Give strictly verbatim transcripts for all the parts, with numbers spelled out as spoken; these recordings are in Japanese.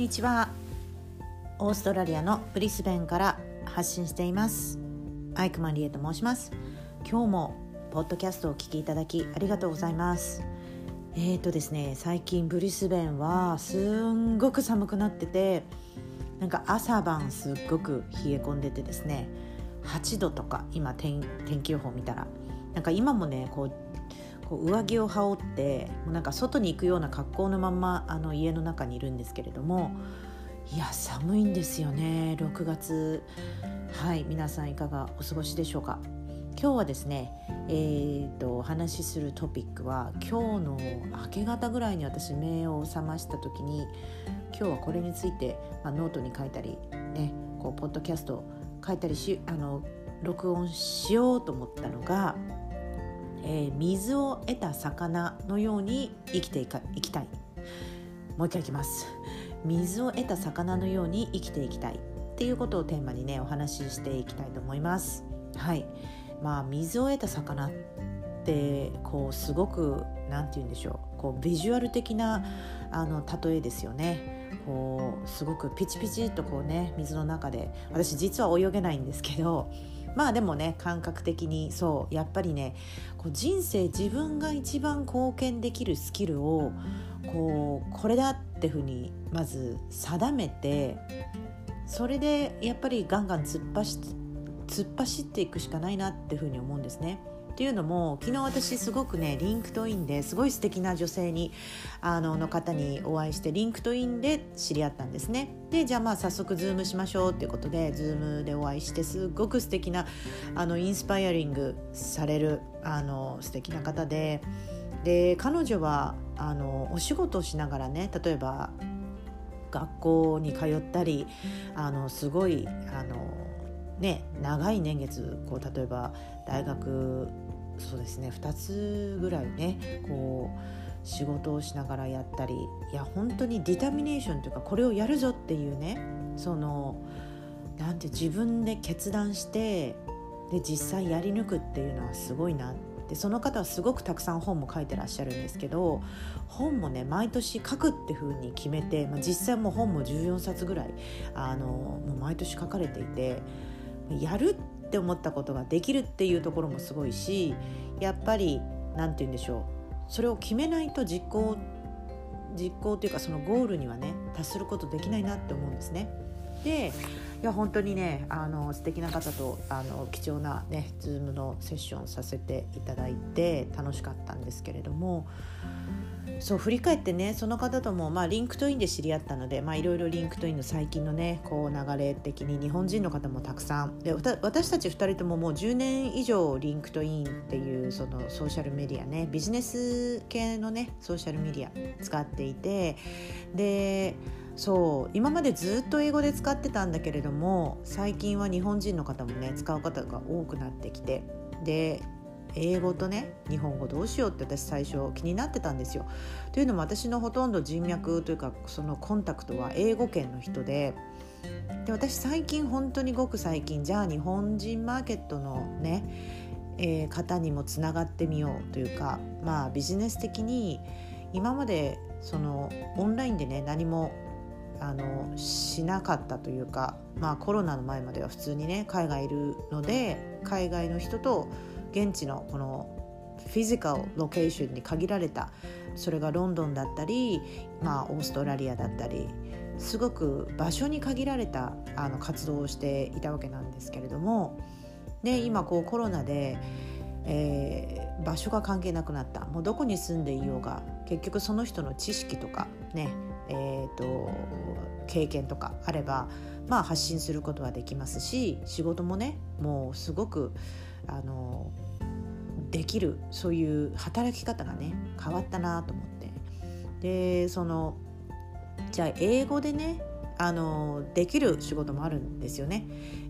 にちは。オーストラリアのブリスベンから発信していますアイクマンリエと申します。今日もポッドキャストをお聞きいただきありがとうございます。えーとですね最近ブリスベンはすんごく寒くなってて、なんか朝晩すっごく冷え込んでてですね、はちどとか今 天, 天気予報見たらなんか今もねこう上着を羽織ってなんか外に行くような格好のままあの家の中にいるんですけれども、いや寒いんですよね。ろくがつ、はい、皆さんいかがお過ごしでしょうか。今日はですね、えー、とお話しするトピックは、今日の明け方ぐらいに私目を覚ました時に、今日はこれについて、まあ、ノートに書いたりね、こうポッドキャスト書いたりしあの録音しようと思ったのが、えー、水を得た魚のように生きていかいきたい。もう一回いきます。水を得た魚のように生きていきたいっていうことをテーマにねお話ししていきたいと思います。はい、まあ水を得た魚ってこうすごくなんて言うんでしょう、こうビジュアル的なあの例えですよね。こうすごくピチピチっとこうね水の中で、私実は泳げないんですけど、まあでもね感覚的にそうやっぱりねこう人生自分が一番貢献できるスキルをこうこれだってふうにまず定めて、それでやっぱりガンガン突っ走って突っ走っていくしかないなってふうに思うんですね。っていうのも、昨日私すごくねリンクトインですごい素敵な女性にあのの方にお会いして、リンクトインで知り合ったんですね。でじゃあまあ早速ズームしましょうっていうことでズームでお会いして、すごく素敵なあのインスパイアリングされるあの素敵な方で、で彼女はあのお仕事をしながらね、例えば学校に通ったり、あのすごいあのね、長い年月こう例えば大学そうですねふたつぐらいねこう仕事をしながらやったり、いや本当にディタミネーションというか、これをやるぞっていうね、そのなんて自分で決断してで実際やり抜くっていうのはすごいなって。その方はすごくたくさん本も書いてらっしゃるんですけど、本もね毎年書くって風に決めて、まあ、実際もう本もじゅうよんさつぐらいあのもう毎年書かれていて、やるって思ったことができるっていうところもすごいし、やっぱりなんて言うんでしょう、それを決めないと実行実行というかそのゴールにはね達することできないなって思うんですね。でいや本当にねあの素敵な方とあの貴重なねズームのセッションさせていただいて楽しかったんですけれども、そう振り返ってね、その方ともまあリンクトインで知り合ったので、まあいろいろリンクトインの最近のねこう流れ的に日本人の方もたくさんで、私たちふたりとももうじゅうねん以上リンクトインっていうそのソーシャルメディアね、ビジネス系のねソーシャルメディア使っていて、でそう今までずっと英語で使ってたんだけれども、最近は日本人の方もね使う方が多くなってきて、で英語とね日本語どうしようって私最初気になってたんですよ。というのも私のほとんど人脈というかそのコンタクトは英語圏の人で、で私最近本当にごく最近じゃあ日本人マーケットのね、えー、方にもつながってみようというか、まあビジネス的に今までそのオンラインでね何もあのしなかったというか、まあコロナの前までは普通にね海外いるので、海外の人と現地のこのフィジカルロケーションに限られた、それがロンドンだったり、まあ、オーストラリアだったり、すごく場所に限られたあの活動をしていたわけなんですけれども、で今こうコロナで、えー、場所が関係なくなった。もうどこに住んでいようが結局その人の知識とかね、えーと、経験とかあれば、まあ、発信することはできますし、仕事もねもうすごくあのできる、そういう働き方がね変わったなと思って、でそのじゃあ英語でねあのできる仕事もあるんですよね。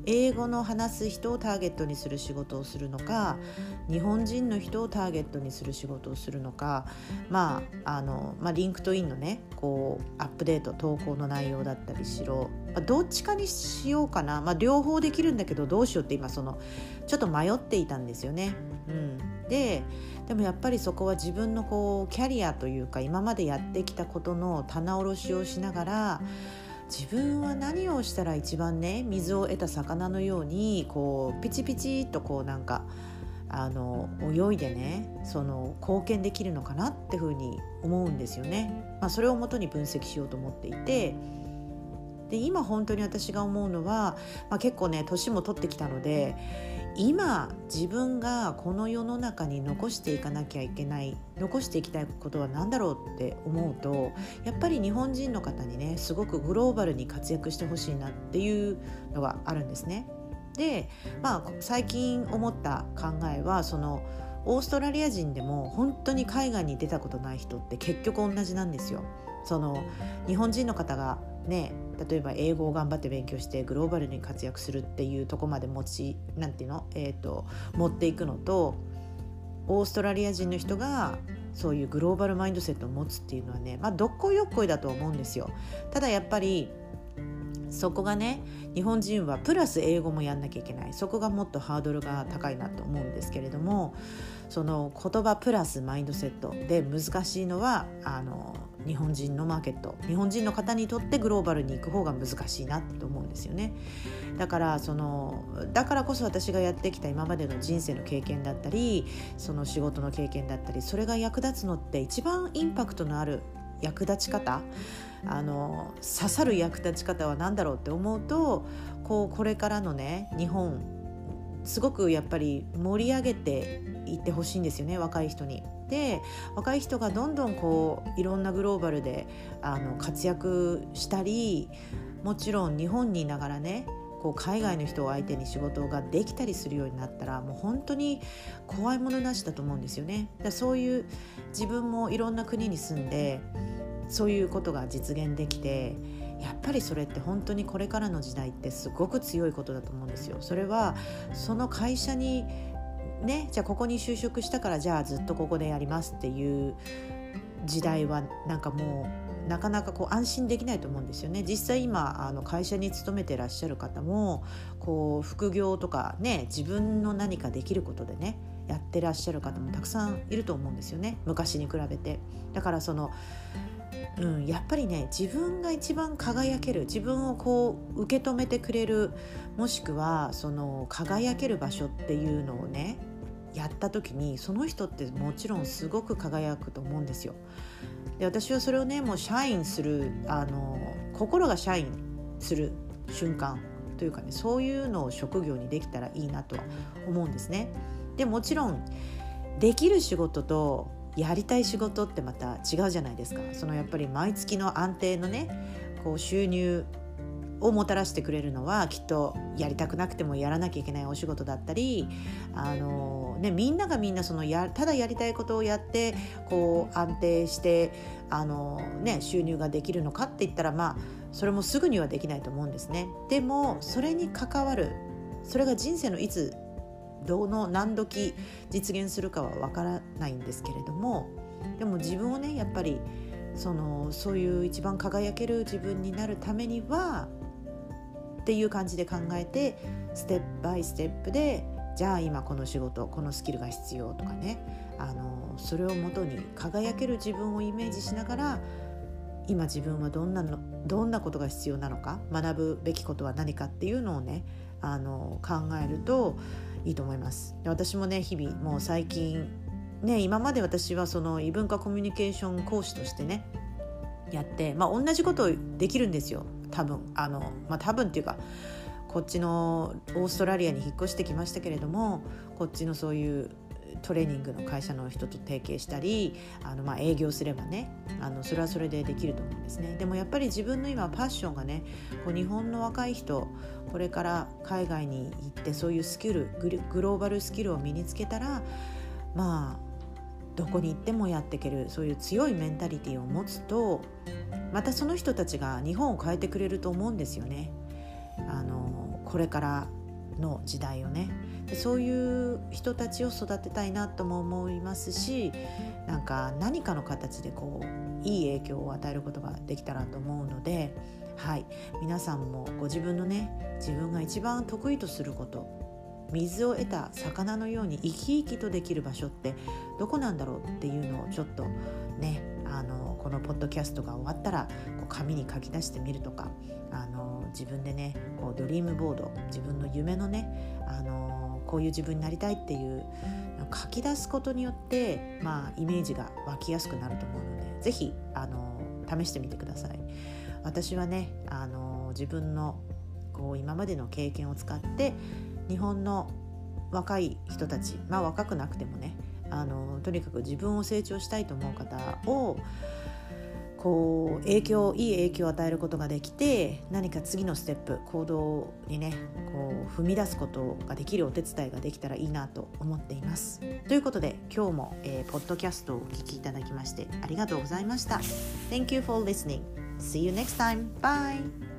英語の話す人をターゲットにする仕事をするのか、日本人の人をターゲットにする仕事をするのか、まああのまあ、リンクトインのねこうアップデート投稿の内容だったりしろ、まあ、どっちかにしようかな、まあ、両方できるんだけどどうしようって今そのちょっと迷っていたんですよね、うん、ででもやっぱりそこは自分のこうキャリアというか今までやってきたことの棚卸しをしながら、自分は何をしたら一番ね水を得た魚のようにこうピチピチっとこうなんかあの泳いでねその貢献できるのかなってふうに思うんですよね、まあ、それをもとに分析しようと思っていて、で今本当に私が思うのは、まあ、結構ね年も取ってきたので、今自分がこの世の中に残していかなきゃいけない、残していきたいことは何だろうって思うと、やっぱり日本人の方にねすごくグローバルに活躍してほしいなっていうのがあるんですね。で、まあ、最近思った考えはそのオーストラリア人でも本当に海外に出たことない人って結局同じなんですよ。その日本人の方がね、例えば英語を頑張って勉強してグローバルに活躍するっていうところまで持ちなんていうの、えーと、持っていくのと、オーストラリア人の人がそういうグローバルマインドセットを持つっていうのはね、まあ、どっこいどっこいだと思うんですよ。ただやっぱりそこがね、日本人はプラス英語もやんなきゃいけない、そこがもっとハードルが高いなと思うんですけれども、その言葉プラスマインドセットで難しいのはあの日本人のマーケット、日本人の方にとってグローバルに行く方が難しいなと思うんですよね。だからそのだからこそ私がやってきた今までの人生の経験だったり、その仕事の経験だったり、それが役立つのって一番インパクトのある役立ち方、あの刺さる役立ち方は何だろうって思うと、こうこれからのね日本すごくやっぱり盛り上げていってほしいんですよね、若い人に。で、若い人がどんどんこういろんなグローバルであの活躍したり、もちろん日本にいながらねこう海外の人を相手に仕事ができたりするようになったら、もう本当に怖いものなしだと思うんですよね。だからそういう自分もいろんな国に住んでそういうことが実現できて、やっぱりそれって本当にこれからの時代ってすごく強いことだと思うんですよ。それはその会社にね、じゃあここに就職したからじゃあずっとここでやりますっていう時代はなんかもうなかなかこう安心できないと思うんですよね。実際今あの会社に勤めてらっしゃる方もこう副業とかね、自分の何かできることでねやってらっしゃる方もたくさんいると思うんですよね、昔に比べて。だからそのうん、やっぱりね自分が一番輝ける、自分をこう受け止めてくれる、もしくはその輝ける場所っていうのをねやった時に、その人ってもちろんすごく輝くと思うんですよ。で、私はそれをねもうシャインするあの心がシャインする瞬間というかね、そういうのを職業にできたらいいなとは思うんですね。でもちろんできる仕事とやりたい仕事ってまた違うじゃないですか。そのやっぱり毎月の安定のねこう収入をもたらしてくれるのはきっとやりたくなくてもやらなきゃいけないお仕事だったり、あの、ね、みんながみんなそのやただやりたいことをやってこう安定してあの、ね、収入ができるのかって言ったら、まあそれもすぐにはできないと思うんですね。でもそれに関わる、それが人生のいつどの何時実現するかはわからないんですけれども、でも自分をねやっぱりそのそういう一番輝ける自分になるためにはっていう感じで考えて、ステップバイステップでじゃあ今この仕事このスキルが必要とかね、あのそれをもとに輝ける自分をイメージしながら、今自分はどんなのどんなことが必要なのか、学ぶべきことは何かっていうのをねあの考えるといいと思います。で、私もね日々もう最近ね、今まで私はその異文化コミュニケーション講師としてねやって、まあ、同じことできるんですよ多分あの、まあ、多分っていうかこっちのオーストラリアに引っ越してきましたけれども、こっちのそういうトレーニングの会社の人と提携したりあのまあ営業すればねあのそれはそれでできると思うんですね。でもやっぱり自分の今パッションがねこう日本の若い人、これから海外に行ってそういうスキルグローバルスキルを身につけたら、まあどこに行ってもやっていける、そういう強いメンタリティを持つと、またその人たちが日本を変えてくれると思うんですよね。あのこれからの時代をね、でそういう人たちを育てたいなとも思いますし、なんか何かの形でこういい影響を与えることができたらと思うので、はい、皆さんもご自分のね、自分が一番得意とすること、水を得た魚のように生き生きとできる場所ってどこなんだろうっていうのをちょっとね、あのこのポッドキャストが終わったらこう紙に書き出してみるとか、あの自分でねこうドリームボード、自分の夢のね、あのこういう自分になりたいっていう書き出すことによって、まあ、イメージが湧きやすくなると思うので、ぜひあの試してみてください。私はね、あの自分のこう今までの経験を使って日本の若い人たち、まあ若くなくてもね、あのとにかく自分を成長したいと思う方をこう影響いい影響を与えることができて、何か次のステップ、行動にねこう踏み出すことができるお手伝いができたらいいなと思っています。ということで今日も、えー、ポッドキャストをお聞きいただきましてありがとうございました。 Thank you for listening. See you next time. Bye.